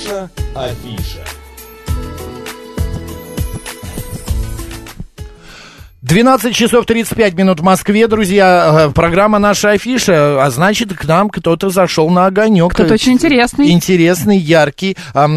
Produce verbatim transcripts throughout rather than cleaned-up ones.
Наша афиша. двенадцать часов тридцать пять минут в Москве, друзья. Программа «Наша афиша», а значит, к нам кто-то зашел на огонек. Кто-то очень интересный. Интересный, яркий,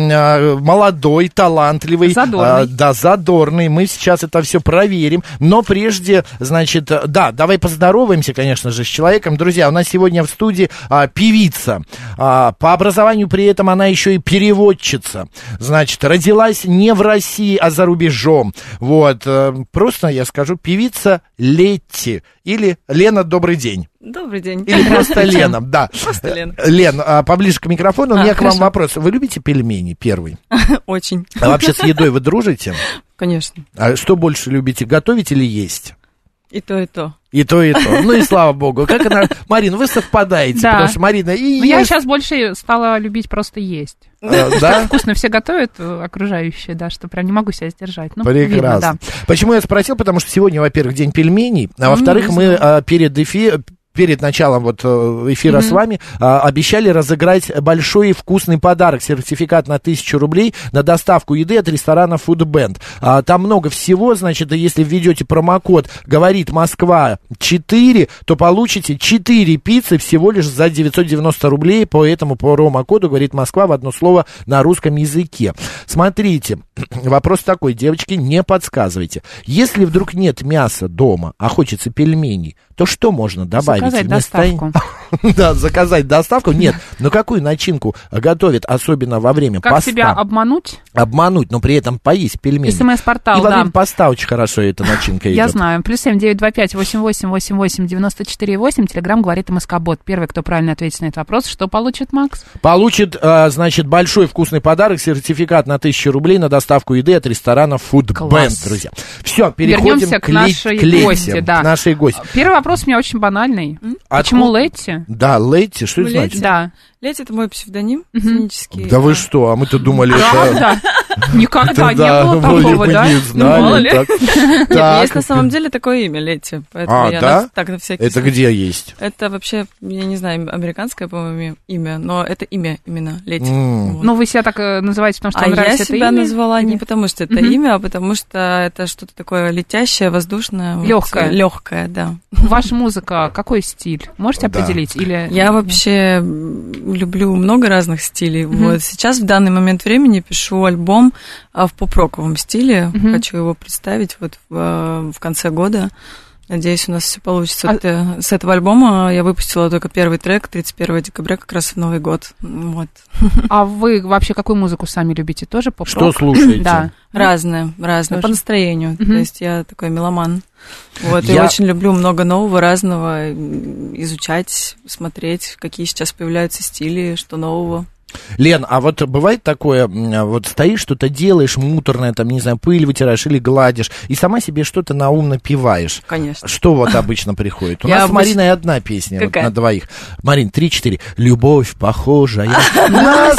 молодой, талантливый. Задорный. Да, задорный. Мы сейчас это все проверим. Но прежде, значит, да, давай поздороваемся, конечно же, с человеком. Друзья, у нас сегодня в студии а, певица. А, по образованию при этом она еще и переводчица. Значит, родилась не в России, а за рубежом. Вот, просто, я скажу, певица Летти. Или Лена, добрый день. Добрый день. Или просто Лена, да. Просто Лена. Лен, а, поближе к микрофону. У А, меня к вам хорошо. вопрос. Вы любите пельмени, первый? Очень. А вообще с едой вы дружите? Конечно. А что больше любите, готовить или есть? И то, и то. И то, и то. Ну и слава богу. Как она... Марина, вы совпадаете, Да. потому что Марина и Ну, я ест. сейчас больше стала любить просто есть. А, да? Вкусно все готовят, э, окружающие, да, что прям не могу себя сдержать. Ну, Прекрасно. видно, да. Почему я спросил? Потому что сегодня, во-первых, день пельменей, а во-вторых, М, мы а, перед эфиром... Перед началом вот эфира Mm-hmm. с вами а, обещали разыграть большой и вкусный подарок, сертификат на тысячу рублей на доставку еды от ресторана Food Band. А, там много всего, значит, если введете промокод «Говорит Москва четыре», то получите четыре пиццы всего лишь за девятьсот девяносто рублей по этому промокоду «Говорит Москва» в одно слово на русском языке. Смотрите, вопрос такой, девочки, не подсказывайте. Если вдруг нет мяса дома, а хочется пельменей, то что можно добавить? Заказать вместо- доставку. Да, заказать доставку. Нет, но какую начинку готовят, особенно во время Как поста? себя обмануть? Обмануть, но при этом поесть пельмени. СМС-портал, И во да. время поста очень хорошо эта начинка идет. Я знаю. Плюс семь девять два пять восемь восемь восемь восемь девяносто четыре восемь. Телеграм говорит МСК-бот. Первый, кто правильно ответит на этот вопрос, что получит Макс? Получит, а, значит, большой вкусный подарок, сертификат на тысячу рублей на доставку еды от ресторана Food Класс. Band, друзья. Все, переходим Вернемся к, к ле- нашей к Лете, гости, да. к нашей гости. Первый вопрос у меня очень банальный. Откуда- Почему Летти? Да, Летти, что это Летти? значит? Да. Летти — это мой псевдоним сценический. Да вы что, а мы-то думали, это... Правда? Никогда не было вроде такого, бы да? не Ну, мало знали. ли. так. Нет, Так. есть на самом деле такое имя Летти, поэтому А, я да? на- так на всякий Это случай. где есть? Это вообще, я не знаю, американское, по-моему, имя, но это имя именно Летти. М. Вот. Ну, вы себя так э, называете, потому что А вам я нравится это себя имя? назвала не Или- потому, что это Мгм. имя, а потому что это что-то такое летящее, воздушное. вот, Лёгкое. Лёгкое, да. Ваша музыка, какой стиль? Можете Да. определить? Или... Я вообще м, люблю много разных стилей. Мгм. Вот сейчас в данный момент времени пишу альбом а, в поп-роковом стиле. Мгм. Хочу его представить вот в, э, в конце года. Надеюсь, у нас все получится. А- Вот, э, с этого альбома я выпустила только первый трек тридцать первого декабря, как раз в Новый год. Вот. А вы вообще какую музыку сами любите? Тоже поп Что слушаете? Да. Разное, разное, Тоже. по настроению. Мгм. То есть я такой меломан. Вот, Я- и очень люблю много нового, разного, м, изучать, смотреть, какие сейчас появляются стили, что нового. Лен, а вот бывает такое, м, вот стоишь, что-то делаешь муторное, там, не знаю, пыль вытираешь или гладишь, и сама себе что-то на ум напеваешь. Конечно. Что вот обычно приходит? У Я нас с обычно- Мариной одна песня вот Какая? на двоих. Марин, три-четыре. Любовь похожая на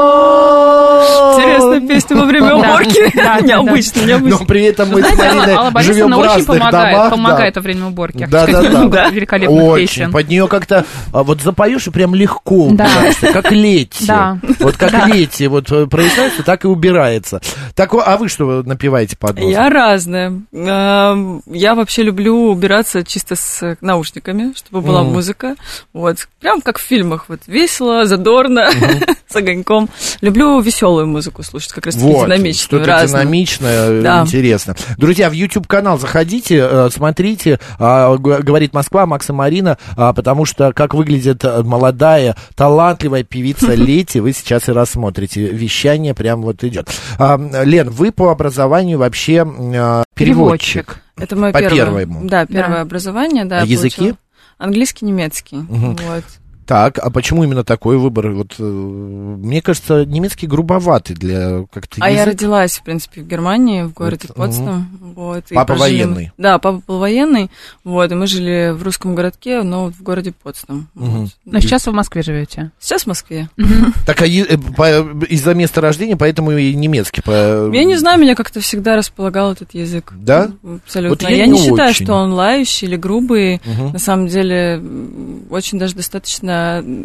сон. Интересная песня во время уборки. Да, да, Необычно, Но необычно. при этом мы с Знаете, Алла, Алла Мариной живем Борисовна в очень разных помогает, домах. помогает да. во время уборки. Да, да, да. Много великолепных Очень. песен. Под нее как-то а, вот запоешь и прям легко Да. убираешься, как Летти. Да. Вот как Да. Летти, вот э, проясняется, так и убирается. Так, а вы что напеваете под нос? Я разная. Эм, Я вообще люблю убираться чисто с наушниками, чтобы была Мгм. музыка. Вот. Прям как в фильмах. Вот весело, задорно, с огоньком. Люблю веселую музыку слушать, как раз таки Вот, динамичную, что-то разную. динамичное, Да. интересно. Друзья, в YouTube-канал заходите, э, смотрите, а, г- говорит Москва, Макс и Марина, а, потому что как выглядит э, молодая, талантливая певица Летти, вы сейчас и рассмотрите. Вещание прям вот идет. А, Лен, вы по образованию вообще э, переводчик. Это мое По первое. первому. Да, первое Да. образование, да. А я языки? получила. Английский, немецкий. Мгм. Вот. Так, а почему именно такой выбор? Вот, э, мне кажется, немецкий грубоватый для как-то А я язык. родилась, в принципе, в Германии, в городе Вот, Потсдам. Вот, и Папа прожили мы- военный. Да, папа был военный. Вот, и мы жили в русском городке, но вот в городе Потсдам. Мгм. Вот. Но сейчас вы в Москве живете. Сейчас в Москве. Так, а е- э, по- из-за места рождения, поэтому и немецкий. По... Я не знаю, меня как-то всегда располагал этот язык. Да? Абсолютно. Вот я я не не считаю, очень. что он лающий или грубый. Мгм. На самом деле, м, очень даже достаточно м,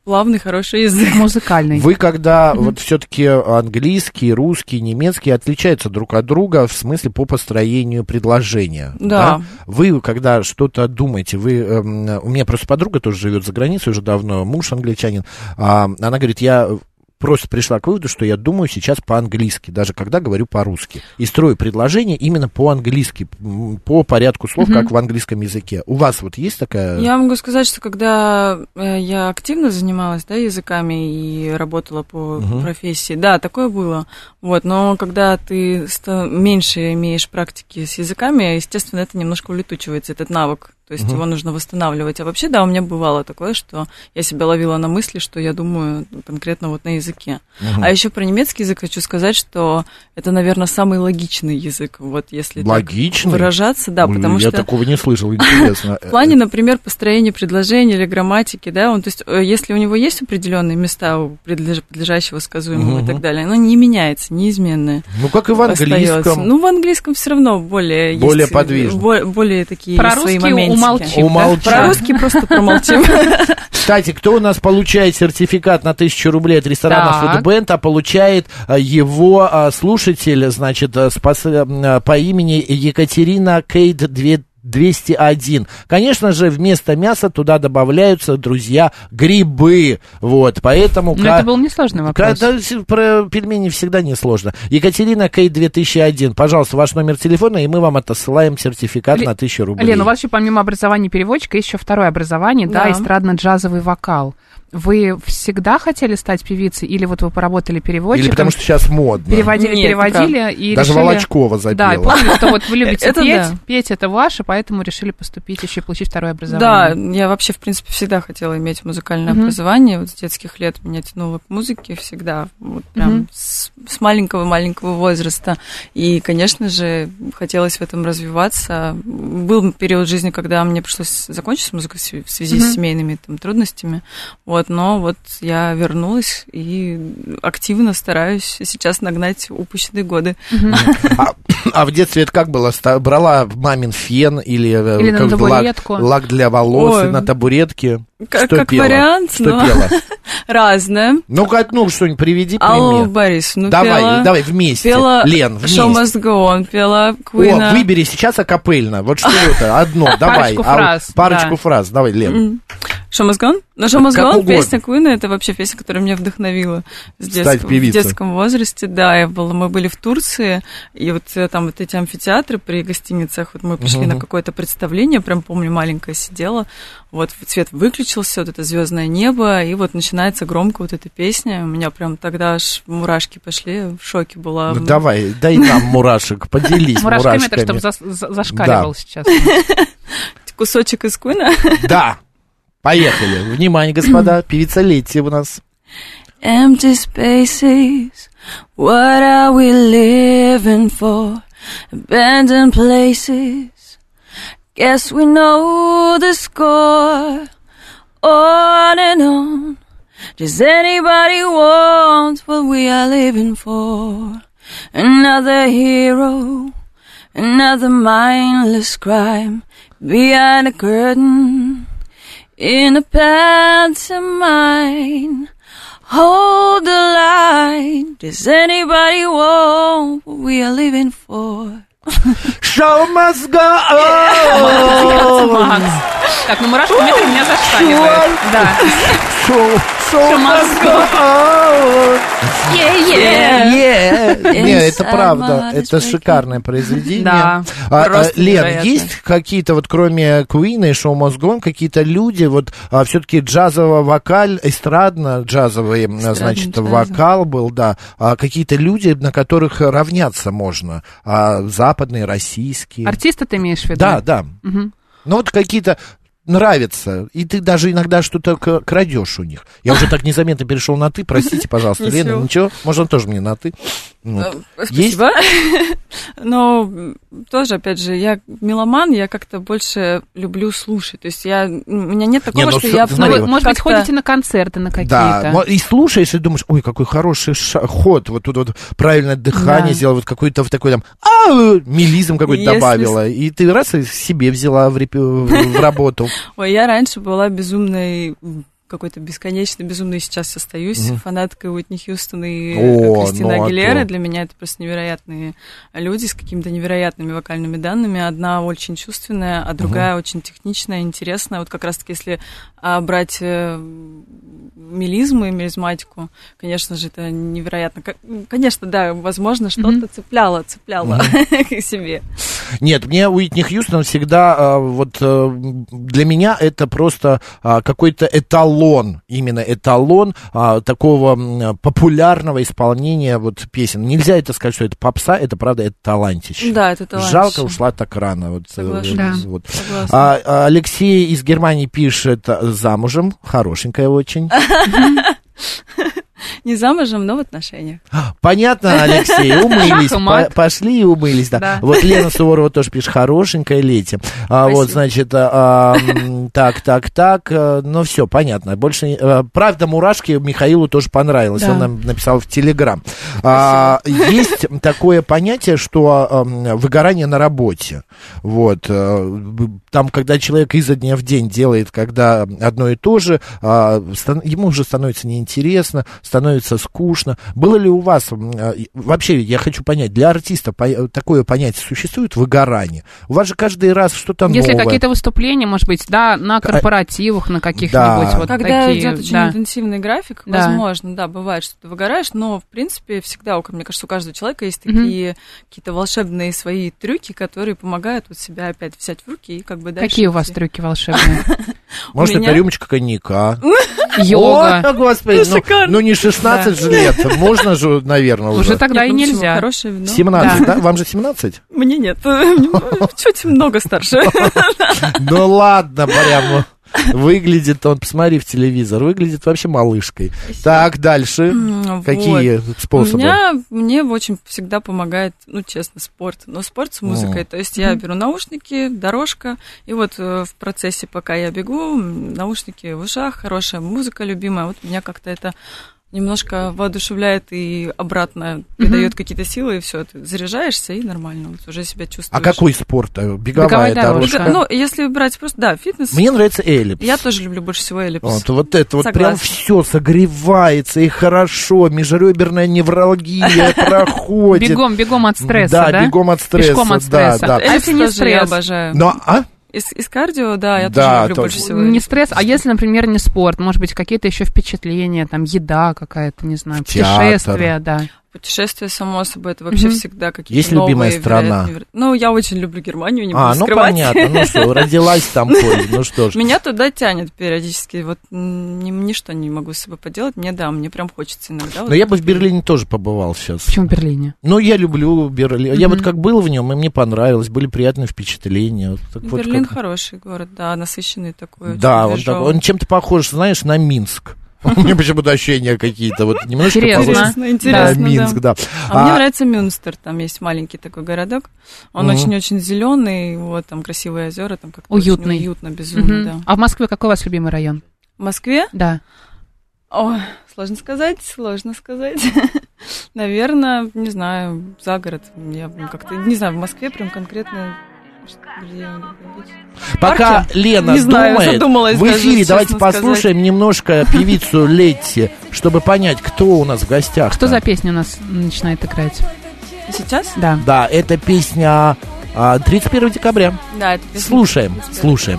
плавный, хороший язык. Музыкальный. Вы когда вот все-таки английский, русский, немецкий отличаются друг от друга в смысле по построению предложения. Да. Да? Вы когда что-то думаете, вы, э, у меня просто подруга тоже живет за границей уже давно, муж англичанин, а, она говорит, я просто пришла к выводу, что я думаю сейчас по-английски, даже когда говорю по-русски. И строю предложение именно по-английски, по порядку слов, mm-hmm. как в английском языке. У вас вот есть такая... Я могу сказать, что когда я активно занималась, да, языками и работала по mm-hmm. профессии, да, такое было. Вот, но когда ты меньше имеешь практики с языками, естественно, это немножко улетучивается, этот навык. То есть uh-huh. его нужно восстанавливать. А вообще, да, у меня бывало такое, что я себя ловила на мысли, что я думаю конкретно вот на языке. Uh-huh. А еще про немецкий язык хочу сказать, что это, наверное, самый логичный язык, вот если логичный? Так выражаться. Да, потому я что... Я такого не слышал, интересно. В плане, например, построения предложений или грамматики, да, он, то есть если у него есть определенные места у подлежащего, сказуемого uh-huh. и так далее, оно не меняется, неизменное. Ну, как и в английском. Остается. Ну, в английском все равно более... Более есть, подвижно. Более, более такие про свои русский моменты. Умолчим, Умолчим. да? Про русский просто промолчим. Кстати, кто у нас получает сертификат на тысячу рублей от ресторана Foodband, а получает его слушатель, значит, по имени Екатерина Кейт двести один. Конечно же, вместо мяса туда добавляются, друзья, грибы. Вот, поэтому... Но это был несложный вопрос. Да, про пельмени всегда несложно. Екатерина Кейт две тысячи один. Пожалуйста, ваш номер телефона, и мы вам отсылаем сертификат Л... на тысячу рублей. Лена, у вас еще помимо образования переводчика есть еще второе образование, да, да эстрадно-джазовый вокал. Вы всегда хотели стать певицей, или вот вы поработали переводчиком? Или потому что сейчас модно. Переводили, Нет, переводили и даже решили... Волочкова запела. Да, и поняли, что вот вы любите это петь, да. петь это ваше, поэтому решили поступить еще и получить второе Да, образование. я вообще, в принципе, всегда хотела иметь музыкальное Uh-huh. образование. Вот с детских лет меня тянуло к музыке всегда, вот прям Uh-huh. с, с маленького-маленького возраста. И, конечно же, хотелось в этом развиваться. Был период жизни, когда мне пришлось закончить музыку в связи Uh-huh. с семейными там, трудностями. Вот, но вот я вернулась и активно стараюсь сейчас нагнать упущенные годы. Uh-huh. А, а в детстве это как было? Брала мамин фен или, или как на табуретку? Лак, лак для волос Ой. на табуретке? Как, что как пела? вариант, Что но пела? разное. Ну-ка, ну, что-нибудь приведи пример. Алло, Борис, ну давай, пела... давай вместе. Пела Лен, вместе. Show Must Go On, пела Queen. О, выбери сейчас акапельно. Вот что это? Одно, давай. Парочку а, фраз. Парочку да. фраз. Давай, Лен. Show Must Go On? Ну, Show Must Go On, угодно. песня Queen, это вообще песня, которая меня вдохновила с детского, в детском возрасте. Да, я была, мы были в Турции, и вот там вот эти амфитеатры при гостиницах, вот мы пришли uh-huh. на какое-то представление, прям помню, маленькая сидела, вот свет выключился, вот это звездное небо, и вот начинается громко вот эта песня. У меня прям тогда аж мурашки пошли, в шоке была. Ну, давай, дай нам мурашек, поделись мурашками. Мурашками, это чтобы зашкаливал сейчас. Кусочек из Куина? Да. Поехали. Внимание, господа, певица Летти у нас. Empty spaces, what are we living for? Abandoned places, guess we know the score. On and on, does anybody want what we are living for? Another hero, another mindless crime behind a curtain. In a pantomime, hold the line. Does anybody want what we are living for? Show must go on. Так, ну мурашками это меня зашкаливает. Да. Show, show must go on. Yeah, yeah. Yeah. Нет, это правда. Это шикарное произведение. Да. А, а, Лен, есть какие-то, вот кроме Queen и Show Must Go On, какие-то люди, вот а, все-таки джазово-вокаль, эстрадно-джазовый, значит, вокал был, да, а, какие-то люди, на которых равняться можно, а, западные, российские. Артисты ты имеешь в виду? Да, да. Угу. Ну вот какие-то нравятся, и ты даже иногда что-то крадешь у них. Я уже так незаметно перешел на ты, простите, пожалуйста, Лена, ничего, можно тоже мне на ты. Вот. Спасибо. Но тоже, опять же, я меломан, я как-то больше люблю слушать. То есть я, у меня нет такого, не, ну, что я... смотри, ну, может быть, ходите на концерты на какие-то. Да, и слушаешь, и думаешь, ой, какой хороший ша- ход, вот тут вот правильное дыхание да. сделал, вот какой-то такой там, а, мелизм какой-то Если... добавила, и ты раз и себе взяла в, реп... в работу. Ой, я раньше была безумной какой-то бесконечной, безумной сейчас остаюсь mm-hmm. фанаткой Уитни Хьюстон и О, Кристины ну, Агилеры. а Для меня это просто невероятные люди с какими-то невероятными вокальными данными. Одна очень чувственная, а другая mm-hmm. очень техничная, интересная. Вот как раз-таки, если а, брать э, мелизму и мелизматику, конечно же, это невероятно. Конечно, да, возможно, что-то mm-hmm. цепляло, цепляло mm-hmm. к себе. Нет, мне Уитни Хьюстон всегда, вот для меня это просто какой-то эталон, именно эталон такого популярного исполнения вот песен. Нельзя это сказать, что это попса, это правда, это талантище. Да, это талантище. Жалко, ушла так рано. Вот, да. вот. А, Алексей из Германии пишет: замужем, хорошенькая очень. Не замужем, но в отношениях. Понятно, Алексей, умылись, по- пошли и умылись, да. да. Вот Лена Суворова тоже пишет: хорошенькая лети. А, вот, значит, а, а, так, так, так, ну все, понятно. Больше, а, правда, мурашки Михаилу тоже понравилось, да. Он нам написал в Телеграм. А, есть такое понятие, что а, выгорание на работе. Вот, а, там, когда человек изо дня в день делает, когда одно и то же, а, стан- ему уже становится неинтересно, становится скучно. Было ли у вас, вообще, я хочу понять, для артиста такое понятие существует, выгорание? У вас же каждый раз что-то новое. Если какие-то выступления, может быть, да, на корпоративах, на каких-нибудь да. вот Когда такие. идет очень да. интенсивный график, да. возможно, да, бывает, что ты выгораешь, но, в принципе, всегда, мне кажется, у каждого человека есть такие mm-hmm. какие-то волшебные свои трюки, которые помогают вот себя опять взять в руки и как бы дальше. Какие у вас трюки волшебные? Может, это рюмочка коньяка? Йога. О, господи, ну не шестнадцать же лет, можно же, наверное, уже. Уже тогда и нельзя. Хорошее вино. семнадцать, да? Вам же семнадцать? Мне нет, чуть много старше. Ну ладно, прямо. Выглядит он, посмотри в телевизор, выглядит вообще малышкой. Спасибо. Так, дальше. Вот. Какие способы? У меня, мне очень всегда помогает, ну, честно, спорт. Но спорт с музыкой. Mm. То есть я беру наушники, дорожка, и вот в процессе, пока я бегу, наушники в ушах, хорошая музыка любимая. Вот меня как-то это немножко воодушевляет и обратно придает mm-hmm. какие-то силы, и все, ты заряжаешься, и нормально, вот, уже себя чувствуешь. А какой спорт? Беговая, Беговая дорожка? дорожка. Ну, если брать просто, да, фитнес. Мне нравится эллипс. Я тоже люблю больше всего эллипс. Вот, вот это вот Согласна. Прям все согревается, и хорошо, межреберная невралгия проходит. Бегом, бегом от стресса, да? Да, бегом от стресса. Пешком от стресса. Да, да. А если не стресс? Я обожаю. Но, а? Из, из кардио, да, я да, тоже люблю то... больше всего. Не стресс, а если, например, не спорт, может быть, какие-то еще впечатления, там, еда какая-то, не знаю, путешествия, да. Путешествия, само собой, это вообще mm-hmm. всегда какие-то Есть новые... любимая страна? Вероятно, ну, я очень люблю Германию, не буду а, скрывать. А, ну, понятно, ну что, родилась там, ну что ж. Меня туда тянет периодически, вот ничто не могу с собой поделать, мне, да, мне прям хочется иногда. Но я бы в Берлине тоже побывал сейчас. Почему в Берлине? Ну, я люблю Берлин. Я вот как был в нем, и мне понравилось, были приятные впечатления. Берлин хороший город, да, насыщенный такой. Да, он чем-то похож, знаешь, на Минск. У меня почему-то ощущения какие-то, вот немножко интересно, интересно, да, Минск, да. да. А, а мне нравится Мюнстер, там есть маленький такой городок, он mm-hmm. очень-очень зеленый, вот там красивые озера, там как-то уютный, очень уютно, безумно, mm-hmm. да. А в Москве какой у вас любимый район? В Москве? Да. О, сложно сказать, сложно сказать. Наверное, не знаю, за город. Я как-то, не знаю, в Москве прям конкретно... Пока Парки? Лена не знаю, думает, в эфире даже, давайте послушаем сказать. Немножко певицу Летти, чтобы понять, кто у нас в гостях. Что за песня у нас начинает играть? Сейчас? Да. Да, это песня тридцать первого декабря. Да, это песня. Слушаем, слушаем.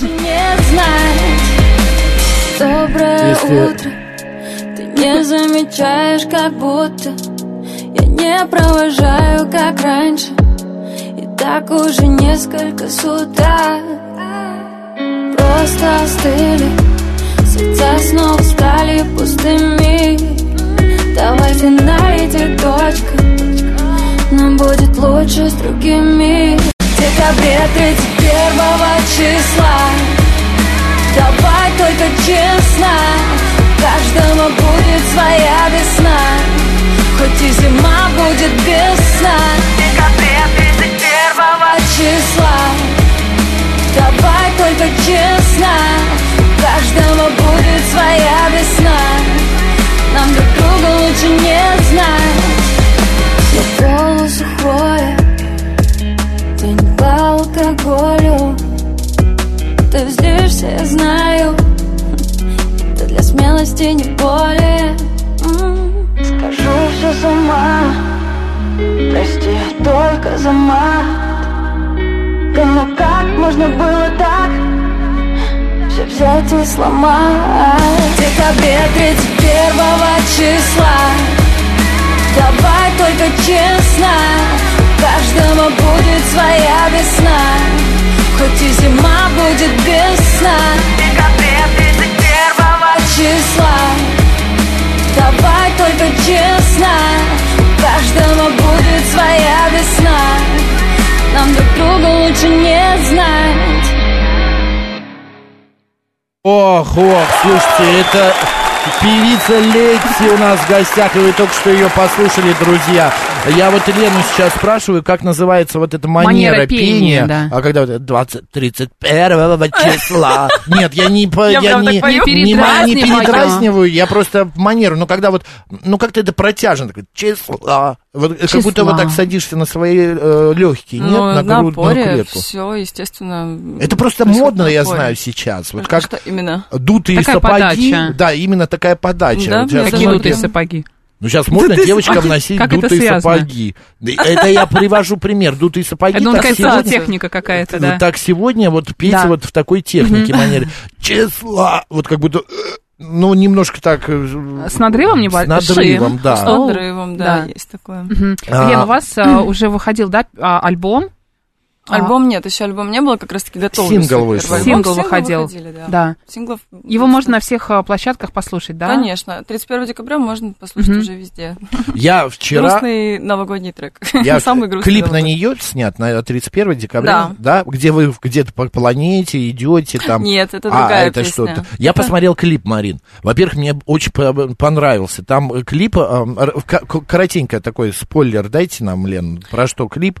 Доброе Если... утро. Ты не замечаешь, как будто я не провожаю, как раньше. Так уже несколько суток. Просто остыли, сердца снова стали пустыми. Давай финалите, точка. Нам будет лучше с другими. В декабре тридцать первого числа. Давай только честно. Каждому будет своя весна. Хоть и зима будет без сна. В декабре тридцать первого числа. Давай только честно. Каждому будет своя весна. Нам друг друга лучше не знать. Я полусухое, ты не по алкоголю. Ты злишься, я знаю. Это с ума. Прости, только за мат. Да ну как можно было так все взять и сломать? В декабре тридцать первого числа давай только честно, у каждого будет своя весна, хоть и зима будет без сна. В декабре тридцать первого числа давай только честно, у каждого будет своя весна, нам друг друга лучше не знать. Ох, ох, слушайте, это певица Летти у нас в гостях, и вы только что ее послушали, друзья. Я вот Лену сейчас спрашиваю, как называется вот эта манера, манера пения, пения да. А когда вот двадцать тридцать первого числа. Нет, я не я я не, не, не, не передразниваю, я просто манеру. Но когда вот, ну как-то это протяжно, такое числа. Вот, как будто вот так садишься на свои э, легкие, нет, ну, на грудную клетку. Все, естественно. Это просто модно, я знаю, сейчас. Вот как что именно? Дутые такая сапоги. Подача. Да, именно такая подача. Да, какие дутые сапоги? Ну, сейчас модно девочкам носить дутые сапоги. Это я привожу пример. Дутые сапоги. Ну, какая-то техника какая-то, да. Так сегодня вот петь вот в такой технике, манере. Числа. Вот как будто... Ну, немножко так... С надрывом небольшим? С надрывом, да. С надрывом, да, есть такое. Лена, у вас уже выходил, да, альбом? Альбом нет, еще альбом не было, как раз-таки готов. Сингл вышел. Сингл выходил, выходили, да. да. Синглов... Его можно на всех площадках послушать, да? Конечно, тридцать первого декабря можно послушать mm-hmm. уже везде. Я вчера... Грустный новогодний трек. Я... Самый грустный Клип новогодний. На нее снят на тридцать первого декабря, да? да? Где вы где-то по планете идете там... Нет, это другая а, это песня. Что-то. Я это... посмотрел клип, Марин. Во-первых, мне очень понравился. Там клип, коротенько такой спойлер дайте нам, Лен, про что клип?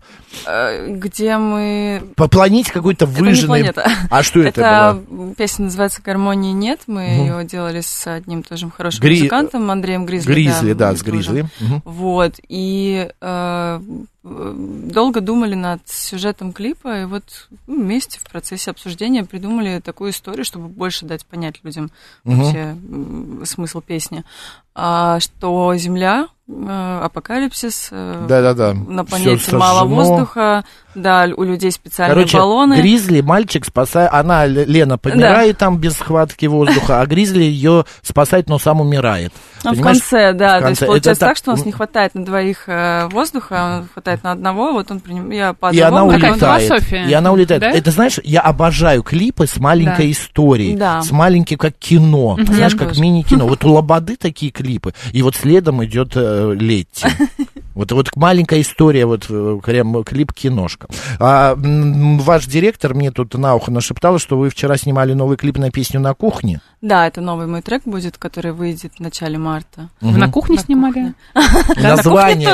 Где мы... Планете какой-то выжженный. Это не планета. А что это, это было? Песня называется «Гармонии нет». Мы угу. ее делали с одним тоже хорошим Гри... музыкантом, Андреем Гризли. Гризли, да, да с Гризли. Угу. Вот, и э, долго думали над сюжетом клипа, и вот ну, вместе в процессе обсуждения придумали такую историю, чтобы больше дать понять людям угу. вообще смысл песни. А, что Земля, э, апокалипсис, э, да-да-да. на планете мало воздуха, да, у людей специальные Короче, баллоны. Гризли, мальчик спасает, она, Лена, помирает да. там без схватки воздуха, а Гризли ее спасает, но сам умирает. А в конце, да, в конце. То есть получается это так, что у нас не хватает на двоих э, воздуха, он хватает на одного, вот он приним... я по и она улетает. Философия. И она улетает. Да? Это, знаешь, я обожаю клипы с маленькой да. историей, да. с маленьким, как кино, угу. знаешь, я как тоже. Мини-кино. Вот у Лободы такие клипы, и вот следом идет э, Летти. Вот, вот маленькая история, вот прям клип-киношка. А, ваш директор мне тут на ухо нашептал, что вы вчера снимали новый клип на песню «На кухне». Да, это новый мой трек будет, который выйдет в начале марта. Угу. Вы на кухне на снимали? Название,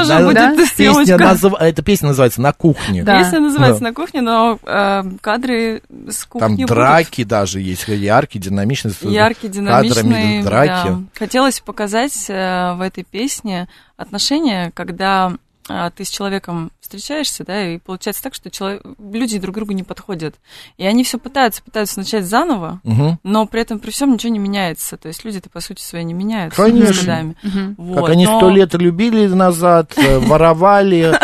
эта песня называется «На кухне». Песня называется «На кухне», но кадры с кухни Там драки даже есть, яркие, динамичные. Яркие, динамичные, да. Хотелось показать в этой песне отношения, когда а, ты с человеком встречаешься, да, и получается так, что человек, люди друг другу не подходят. И они все пытаются, пытаются начать заново, угу. но при этом при всем ничего не меняется. То есть люди-то, по сути своей, не меняются. Конечно. С годами. Угу. Вот, как они сто но... лет любили назад, воровали,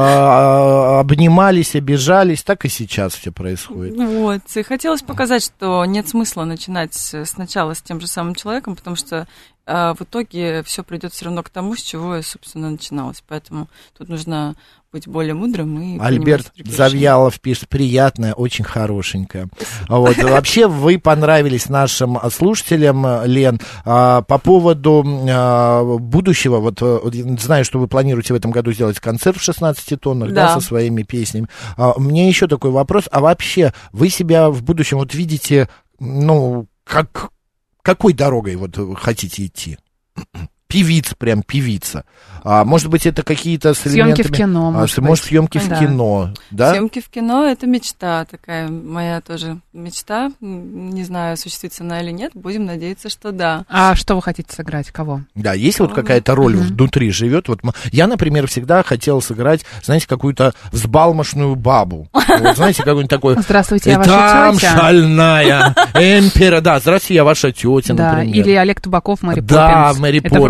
обнимались, обижались, так и сейчас все происходит. Вот. И хотелось показать, что нет смысла начинать сначала с тем же самым человеком, потому что в итоге все придет все равно к тому, с чего, собственно, начиналось. Поэтому тут нужно быть более мудрым и Альберт Завьялов пишет: приятная, очень хорошенькая. Вот. Вообще вы понравились нашим слушателям, Лен. По поводу будущего, вот знаю, что вы планируете в этом году сделать концерт в шестнадцати тоннах, да, да, со своими песнями. Мне еще такой вопрос, а вообще вы себя в будущем вот видите, ну, как... Какой дорогой вот хотите идти? Певица, прям певица. А, может быть, это какие-то с элементами... Съемки в кино, может, а, может съемки да. в кино, да? Съемки в кино — это мечта такая, моя тоже мечта. Не знаю, осуществится она или нет, будем надеяться, что да. А что вы хотите сыграть, кого? Да, есть вот какая-то роль mm-hmm. внутри живет. Вот я, например, всегда хотел сыграть, знаете, какую-то взбалмошную бабу. Вот, знаете, какой-нибудь такой... Здравствуйте, я ваша там тетя. Шальная эмпера. Да, здравствуйте, я ваша тетя, да, например. Или Олег Табаков, Мэри да, Поппинс. Мэри Это Поппинс.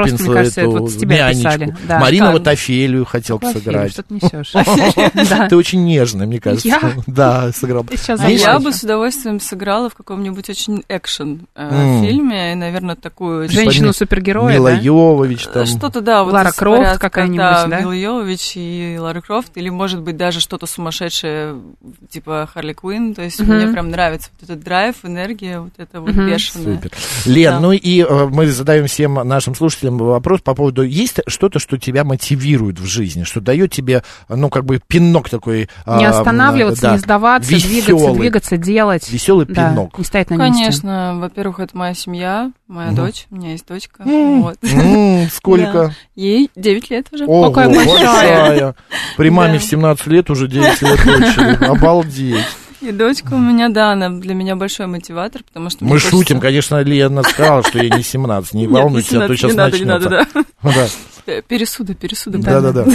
Поппинс, мне кажется, эту это вот с тебя нянечку. писали. Да. Марина Как? вот Офелию хотел сыграть. Что ты несешь? Ты очень нежная, мне кажется. Я? Да, сыграл. А я бы с удовольствием сыграла в каком-нибудь очень экшен фильме, наверное, такую... Женщину-супергероя, Мила Йовович там. Что-то, да. Лара Крофт какая-нибудь, да? Да, Мила Йовович и Лара Крофт, или, может быть, даже что-то сумасшедшее, типа Харли Квинн. То есть мне прям нравится вот этот драйв, энергия, вот это вот бешеная. Супер. Лен, ну и мы задаем всем нашим слушателям вопрос по поводу, есть что-то, что тебя мотивирует в жизни, что дает тебе, ну, как бы пинок такой. Не останавливаться, не сдаваться, двигаться, двигаться, делать. Веселый пинок. Не стоять на месте. Конечно, во-первых, это моя семья, моя дочь, у меня есть дочка. Вот. Сколько? Ей девять лет уже. Ого, какая большая. При маме в семнадцать лет уже девять лет дочери. Обалдеть. И дочка у меня, да, она для меня большой мотиватор, потому что... Мы шутим, конечно, Лена сказала, что ей не семнадцать, не волнуйтесь, а то сейчас начнется. Не надо, не надо, да. Пересуды, пересуды. Да-да-да.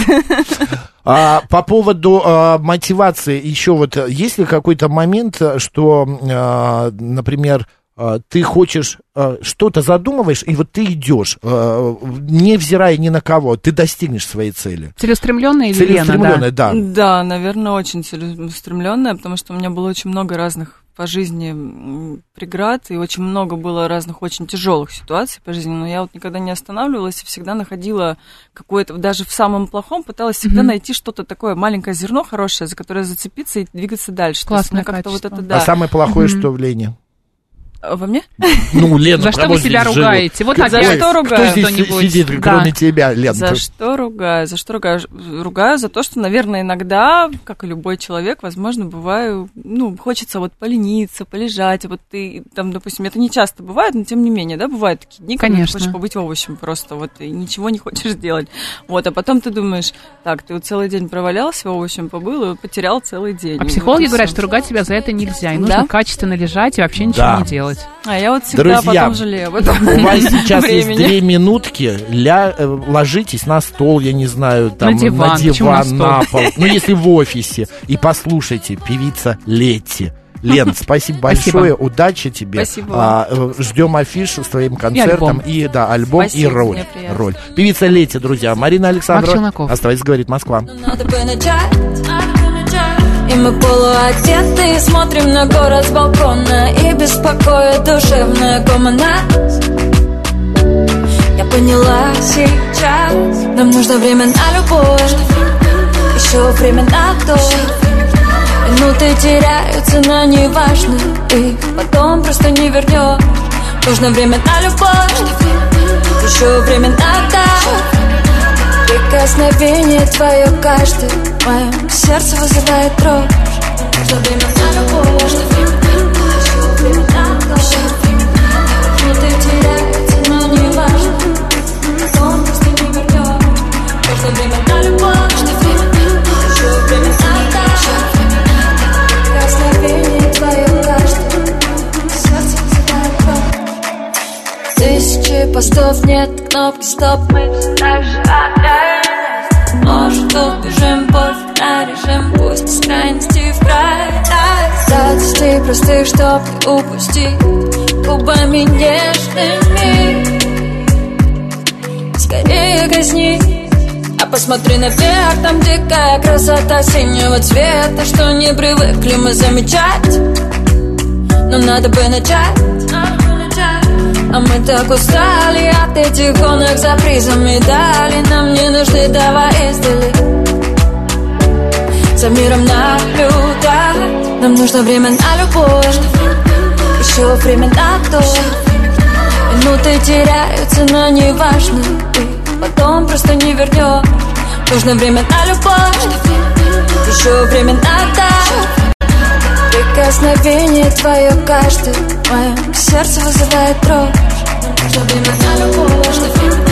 А, по поводу а, мотивации еще вот, есть ли какой-то момент, что, а, например, а, ты хочешь, а, что-то задумываешь, и вот ты идешь, а, невзирая ни на кого, ты достигнешь своей цели. Целеустремленная или Целеустремленная, да. да. Да, наверное, очень целеустремленная, потому что у меня было очень много разных по жизни преград, и очень много было разных очень тяжелых ситуаций по жизни, но я вот никогда не останавливалась и всегда находила какое-то, даже в самом плохом, пыталась всегда mm-hmm. найти что-то такое, маленькое зерно хорошее, за которое зацепиться и двигаться дальше. Классное качество. Вот это, да. А самое плохое mm-hmm. что в Лене? Во мне? Ну, Лена, за что вы себя ругаете? Вот за опять что ругаю? Кто здесь сидит, кроме да. тебя, Лена? За что ругаю? За что ругаю? Ругаю за то, что, наверное, иногда, как и любой человек, возможно, бываю, ну, хочется вот полениться, полежать, вот ты, там, допустим, это не часто бывает, но тем не менее, да, бывают такие дни, когда ты хочешь побыть овощем просто, вот, и ничего не хочешь делать. Вот, а потом ты думаешь, так, ты вот целый день провалялся, овощем побыл и потерял целый день. А психологи говорят, что ругать себя за это нельзя, и нужно да? качественно лежать и вообще ничего да. не делать. А я вот всегда Друзья, потом жалею об этом. У вас сейчас есть две минутки, ля, ложитесь на стол, я не знаю, там, на диван, на, диван, на, на пол, ну если в офисе, и послушайте певица Летти. Лен, спасибо большое, спасибо. Удачи тебе. Спасибо. А, ждем афиш с твоим концертом. И, и да, альбом спасибо, и роль. роль. Певица Летти, друзья. Марина Александрова. Оставайтесь, говорит Москва. И мы полуодеты, смотрим на город с балкона, и беспокоит душевная кома нас. Я поняла сейчас, нам нужно время на любовь, еще время на то. Минуты теряются на неважно, и потом просто не вернешь. Нужно время на любовь, еще время на то. Прикосновение твое каждое в моем сердце вызывает дрожь. Нужно время на любовь, еще время на то. Минуты теряются, но не важно, потом просто не вернешь. Нужно время на любовь, еще время на то. Прикосновение твое каждое в сердце вызывает дрожь. Тысячи постов, нет кнопки стоп, мы все так же отдельно. Может, убежим пофиг на режим, пусть из крайности в край. Радостей простых, чтоб не упустить, губами нежными скорее казни. А посмотри наверх, там дикая красота синего цвета, что не привыкли мы замечать. Но надо бы начать. А мы так устали от этих гонок за призом медали. Нам не нужны, давай издали, за миром наблюдать. Нам нужно время на любовь, еще время на то. Минуты теряются, но не важно, и потом просто не вернешь. Нужно время на любовь, еще время на то. Прикосновение твое каждое в моем сердце вызывает дрожь. Нужно время на любовь.